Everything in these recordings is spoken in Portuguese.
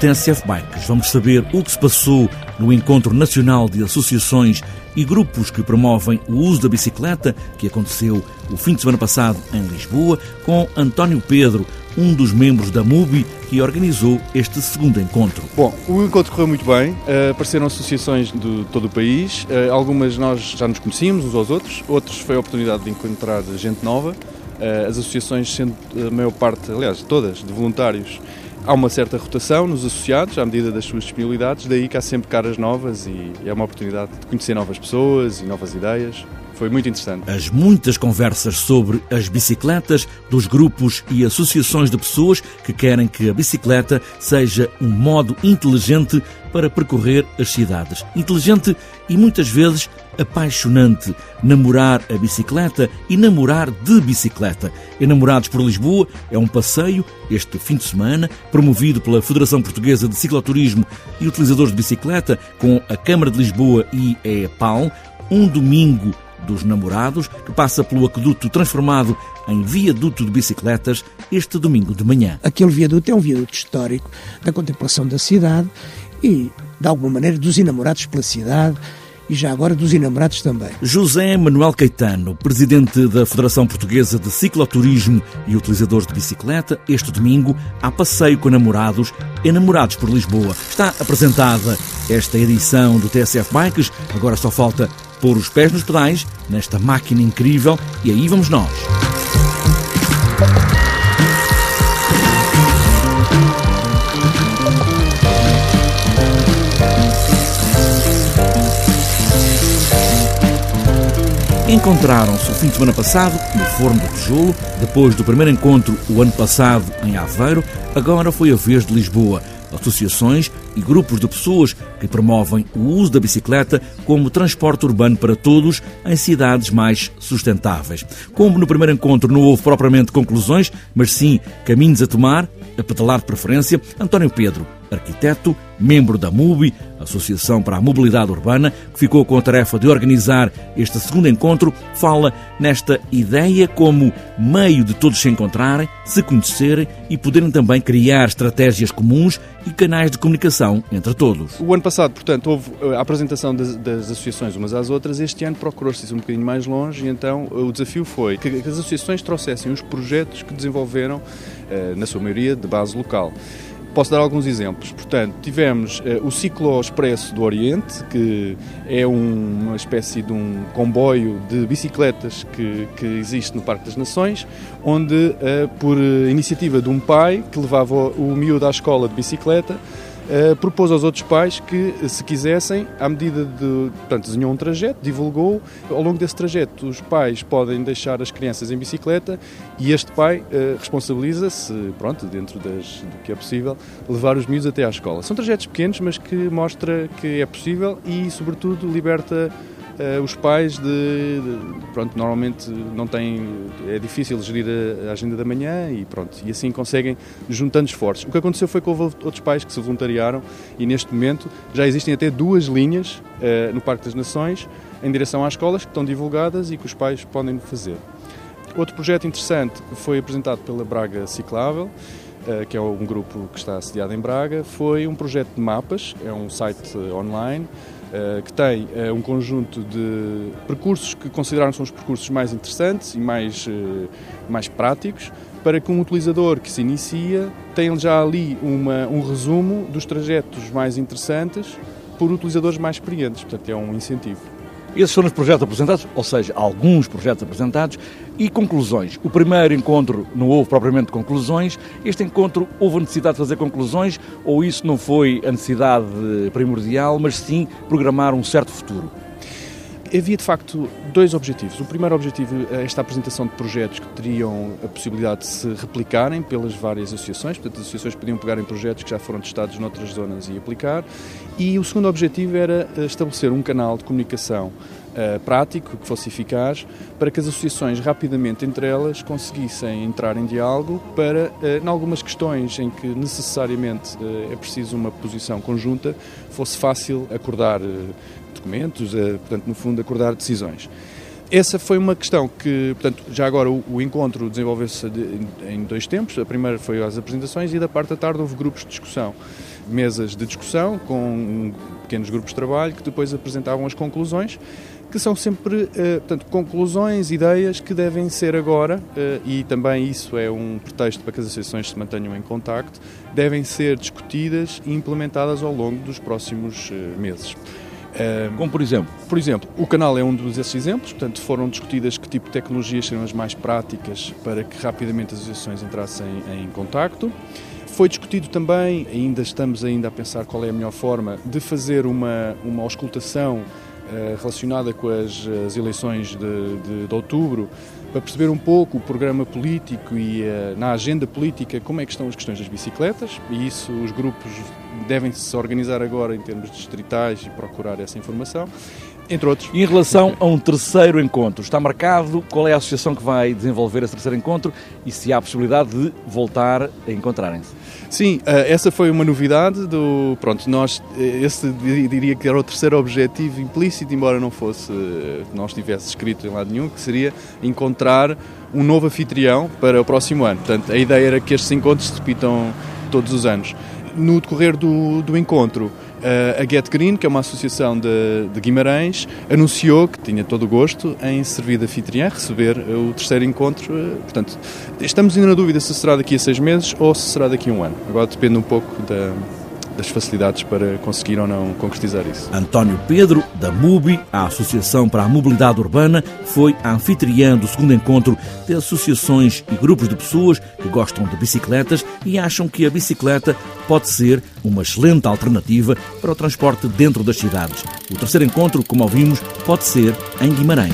TSF Bikes. Vamos saber o que se passou no Encontro Nacional de Associações e Grupos que promovem o uso da bicicleta, que aconteceu o fim de semana passado em Lisboa, com António Pedro, um dos membros da MUBI, que organizou este segundo encontro. Bom, o encontro correu muito bem, apareceram associações de todo o país, algumas nós já nos conhecíamos uns aos outros, outros foi a oportunidade de encontrar gente nova, as associações sendo a maior parte, aliás, todas, de voluntários. Há uma certa rotação nos associados, à medida das suas disponibilidades, daí que há sempre caras novas e é uma oportunidade de conhecer novas pessoas e novas ideias. Foi muito interessante. As muitas conversas sobre as bicicletas dos grupos e associações de pessoas que querem que a bicicleta seja um modo inteligente para percorrer as cidades. Inteligente e muitas vezes apaixonante. Namorar a bicicleta e namorar de bicicleta. Enamorados por Lisboa é um passeio, este fim de semana, promovido pela Federação Portuguesa de Cicloturismo e Utilizadores de Bicicleta, com a Câmara de Lisboa e a EPAL, um domingo dos namorados, que passa pelo aqueduto transformado em viaduto de bicicletas este domingo de manhã. Aquele viaduto é um viaduto histórico da contemplação da cidade e, de alguma maneira, dos enamorados pela cidade e já agora dos enamorados também. José Manuel Caetano, presidente da Federação Portuguesa de Cicloturismo e Utilizadores de Bicicleta, este domingo há passeio com namorados, enamorados por Lisboa. Está apresentada esta edição do TSF Bikes, agora só falta pôr os pés nos pedais, nesta máquina incrível, e aí vamos nós. Encontraram-se o fim de semana passado no Forno do Tijolo, depois do primeiro encontro o ano passado em Aveiro, agora foi a vez de Lisboa. Associações e grupos de pessoas que promovem o uso da bicicleta como transporte urbano para todos em cidades mais sustentáveis. Como no primeiro encontro não houve propriamente conclusões, mas sim caminhos a tomar, a pedalar de preferência, António Pedro, arquiteto, membro da MUBI, Associação para a Mobilidade Urbana, que ficou com a tarefa de organizar este segundo encontro, fala nesta ideia como meio de todos se encontrarem, se conhecerem e poderem também criar estratégias comuns e canais de comunicação entre todos. O ano passado, portanto, houve a apresentação das associações umas às outras. Este ano procurou-se ir um bocadinho mais longe e então o desafio foi que as associações trouxessem os projetos que desenvolveram, na sua maioria, de base local. Posso dar alguns exemplos. Portanto, tivemos o Ciclo Expresso do Oriente, que é uma espécie de um comboio de bicicletas que existe no Parque das Nações, onde, por iniciativa de um pai que levava o miúdo à escola de bicicleta, propôs aos outros pais que, se quisessem, à medida de... Portanto, desenhou um trajeto, divulgou. Ao longo desse trajeto, os pais podem deixar as crianças em bicicleta e este pai responsabiliza-se, pronto, dentro do que é possível, levar os miúdos até à escola. São trajetos pequenos, mas que mostra que é possível e, sobretudo, liberta os pais pronto, normalmente não têm, é difícil gerir a agenda da manhã e pronto, e assim conseguem juntando esforços. O que aconteceu foi que houve outros pais que se voluntariaram e neste momento já existem até 2 linhas no Parque das Nações em direção às escolas que estão divulgadas e que os pais podem fazer. Outro projeto interessante foi apresentado pela Braga Ciclável, que é um grupo que está sediado em Braga, foi um projeto de mapas, é um site online, que tem um conjunto de percursos que consideraram são os percursos mais interessantes e mais práticos, para que um utilizador que se inicia tenha já ali um resumo dos trajetos mais interessantes por utilizadores mais experientes, portanto é um incentivo. Esses foram os projetos apresentados, ou seja, alguns projetos apresentados e conclusões. O primeiro encontro não houve propriamente conclusões. Este encontro houve a necessidade de fazer conclusões ou isso não foi a necessidade primordial, mas sim programar um certo futuro? Havia, de facto, 2 objetivos. O primeiro objetivo é esta apresentação de projetos que teriam a possibilidade de se replicarem pelas várias associações. Portanto, as associações podiam pegar em projetos que já foram testados noutras zonas e aplicar. E o segundo objetivo era estabelecer um canal de comunicação prático, que fosse eficaz, para que as associações rapidamente entre elas conseguissem entrar em diálogo para, em algumas questões em que necessariamente é preciso uma posição conjunta, fosse fácil acordar documentos, portanto, no fundo, acordar decisões. Essa foi uma questão que, portanto, já agora o encontro desenvolveu-se em 2 tempos. A primeira foi as apresentações e da parte da tarde houve grupos de discussão. mesas de discussão com pequenos grupos de trabalho que depois apresentavam as conclusões, que são sempre, portanto, conclusões, ideias que devem ser agora, e também isso é um pretexto para que as associações se mantenham em contacto, devem ser discutidas e implementadas ao longo dos próximos meses. Como por exemplo? Por exemplo, o canal é um desses exemplos, portanto foram discutidas que tipo de tecnologias seriam as mais práticas para que rapidamente as associações entrassem em contacto. Foi discutido também, estamos a pensar qual é a melhor forma de fazer uma auscultação relacionada com as eleições de outubro, para perceber um pouco o programa político e na agenda política como é que estão as questões das bicicletas, e isso os grupos devem se organizar agora em termos distritais e procurar essa informação, entre outros. E em relação a um terceiro encontro, está marcado? Qual é a associação que vai desenvolver esse terceiro encontro e se há possibilidade de voltar a encontrarem-se? Sim, essa foi uma novidade esse diria que era o terceiro objetivo implícito, embora não estivesse escrito em lado nenhum, que seria encontrar um novo anfitrião para o próximo ano. Portanto, a ideia era que estes encontros se repitam todos os anos. No decorrer do encontro, a Get Green, que é uma associação de Guimarães, anunciou que tinha todo o gosto em servir de anfitriã, receber o terceiro encontro. Portanto, estamos ainda na dúvida se será daqui a 6 meses ou se será daqui a 1 ano. Agora depende um pouco das facilidades para conseguir ou não concretizar isso. António Pedro, da MUBI, a Associação para a Mobilidade Urbana, foi a anfitriã do segundo encontro de associações e grupos de pessoas que gostam de bicicletas e acham que a bicicleta pode ser uma excelente alternativa para o transporte dentro das cidades. O terceiro encontro, como ouvimos, pode ser em Guimarães.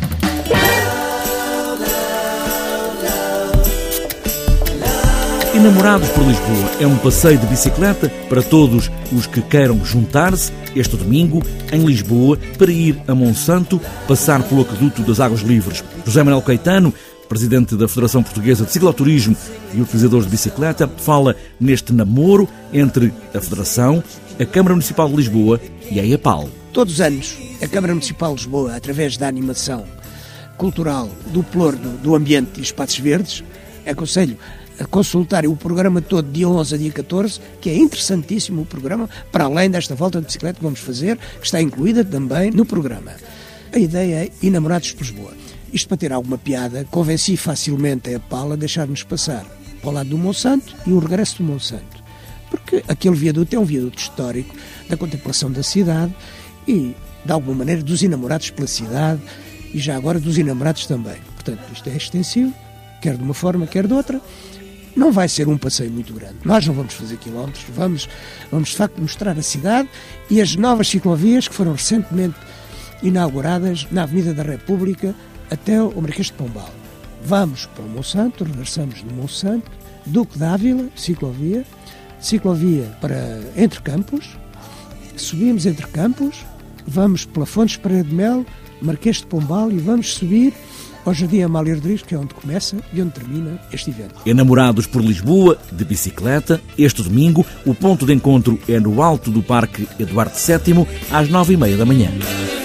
Enamorados por Lisboa é um passeio de bicicleta para todos os que queiram juntar-se este domingo em Lisboa para ir a Monsanto, passar pelo Aqueduto das Águas Livres. José Manuel Caetano, presidente da Federação Portuguesa de Cicloturismo e utilizadores de bicicleta, fala neste namoro entre a Federação, a Câmara Municipal de Lisboa e a EAPAL. Todos os anos, a Câmara Municipal de Lisboa, através da animação cultural do Plorno do Ambiente e Espaços Verdes, aconselho a consultarem o programa todo, dia 11 a dia 14, que é interessantíssimo o programa, para além desta volta de bicicleta que vamos fazer, que está incluída também no programa. A ideia é Enamorados por Lisboa. Isto para ter alguma piada, convenci facilmente a EAPAL a deixar-nos passar para o lado do Monsanto e o regresso do Monsanto. Porque aquele viaduto é um viaduto histórico da contemplação da cidade e, de alguma maneira, dos enamorados pela cidade e já agora dos enamorados também. Portanto, isto é extensivo, quer de uma forma, quer de outra. Não vai ser um passeio muito grande. Nós não vamos fazer quilómetros, vamos de facto mostrar a cidade e as novas ciclovias que foram recentemente inauguradas na Avenida da República até o Marquês de Pombal. Vamos para o Monsanto, regressamos do Monsanto, Duque de Ávila, ciclovia para Entre Campos, subimos Entre Campos, vamos pela Fontes Pereira de Mel, Marquês de Pombal e vamos subir ao Jardim Amália Rodrigues, que é onde começa e onde termina este evento. Enamorados por Lisboa, de bicicleta, este domingo, o ponto de encontro é no alto do Parque Eduardo VII, às 9h30 da manhã.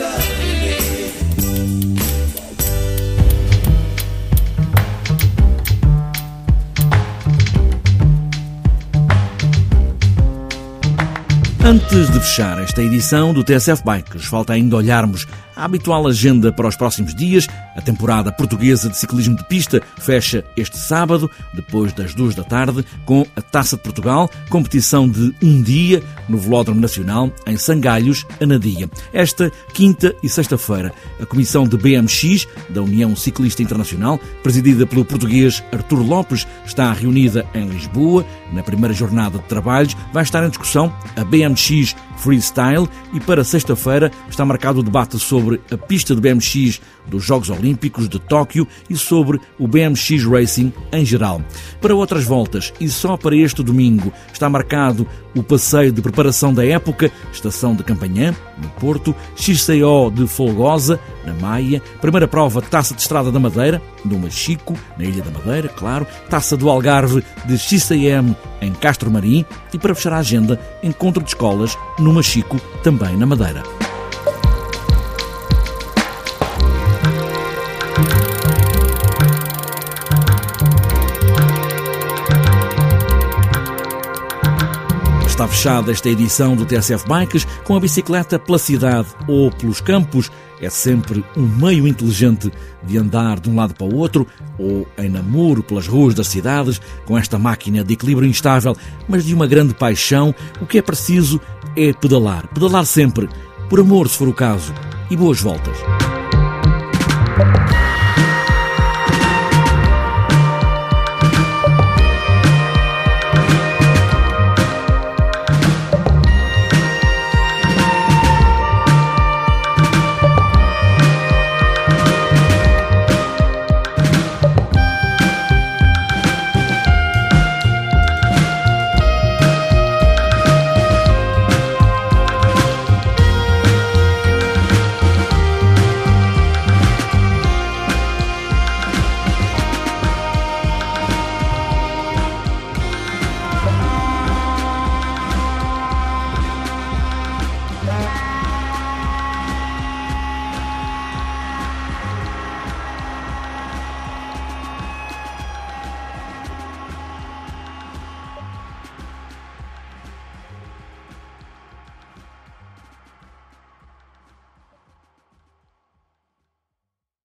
Antes de fechar esta edição do TSF Bikes, falta ainda olharmos a habitual agenda para os próximos dias. A temporada portuguesa de ciclismo de pista fecha este sábado, depois das 2 da tarde, com a Taça de Portugal, competição de um dia no Velódromo Nacional, em Sangalhos, Anadia. Esta quinta e sexta-feira, a Comissão de BMX, da União Ciclista Internacional, presidida pelo português Artur Lopes, está reunida em Lisboa. Na primeira jornada de trabalhos vai estar em discussão a BMX Freestyle e para sexta-feira está marcado o debate sobre a pista de BMX dos Jogos Olímpicos de Tóquio e sobre o BMX Racing em geral. Para outras voltas e só para este domingo está marcado o passeio de preparação da época, Estação de Campanhã, no Porto, XCO de Folgosa, na Maia, primeira prova Taça de Estrada da Madeira, no Machico, na Ilha da Madeira, claro, Taça do Algarve de XCM em Castro Marim e, para fechar a agenda, encontro de escolas no Machico, também na Madeira. está fechada esta edição do TSF Bikes. Com a bicicleta pela cidade ou pelos campos, é sempre um meio inteligente de andar de um lado para o outro, ou em namoro pelas ruas das cidades, com esta máquina de equilíbrio instável, mas de uma grande paixão. O que é preciso é pedalar sempre, por amor se for o caso, e boas voltas.